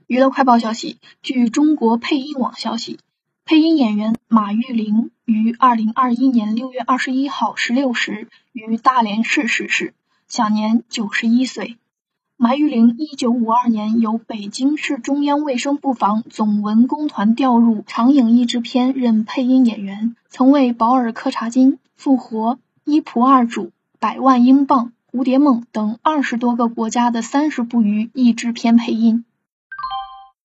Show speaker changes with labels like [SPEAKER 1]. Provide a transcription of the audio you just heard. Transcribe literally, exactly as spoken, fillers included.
[SPEAKER 1] 娱乐快报消息，据中国配音网消息，配音演员马玉玲于二零二一年六月二十一号十六时于大连市逝世，享年九十一岁。马玉玲一九五二年由北京市中央卫生部房总文工团调入长影译制片任配音演员，曾为《保尔柯察金》、《复活》、《一仆二主》、《百万英镑》、《蝴蝶梦》等二十多个国家的三十部余译制片配音。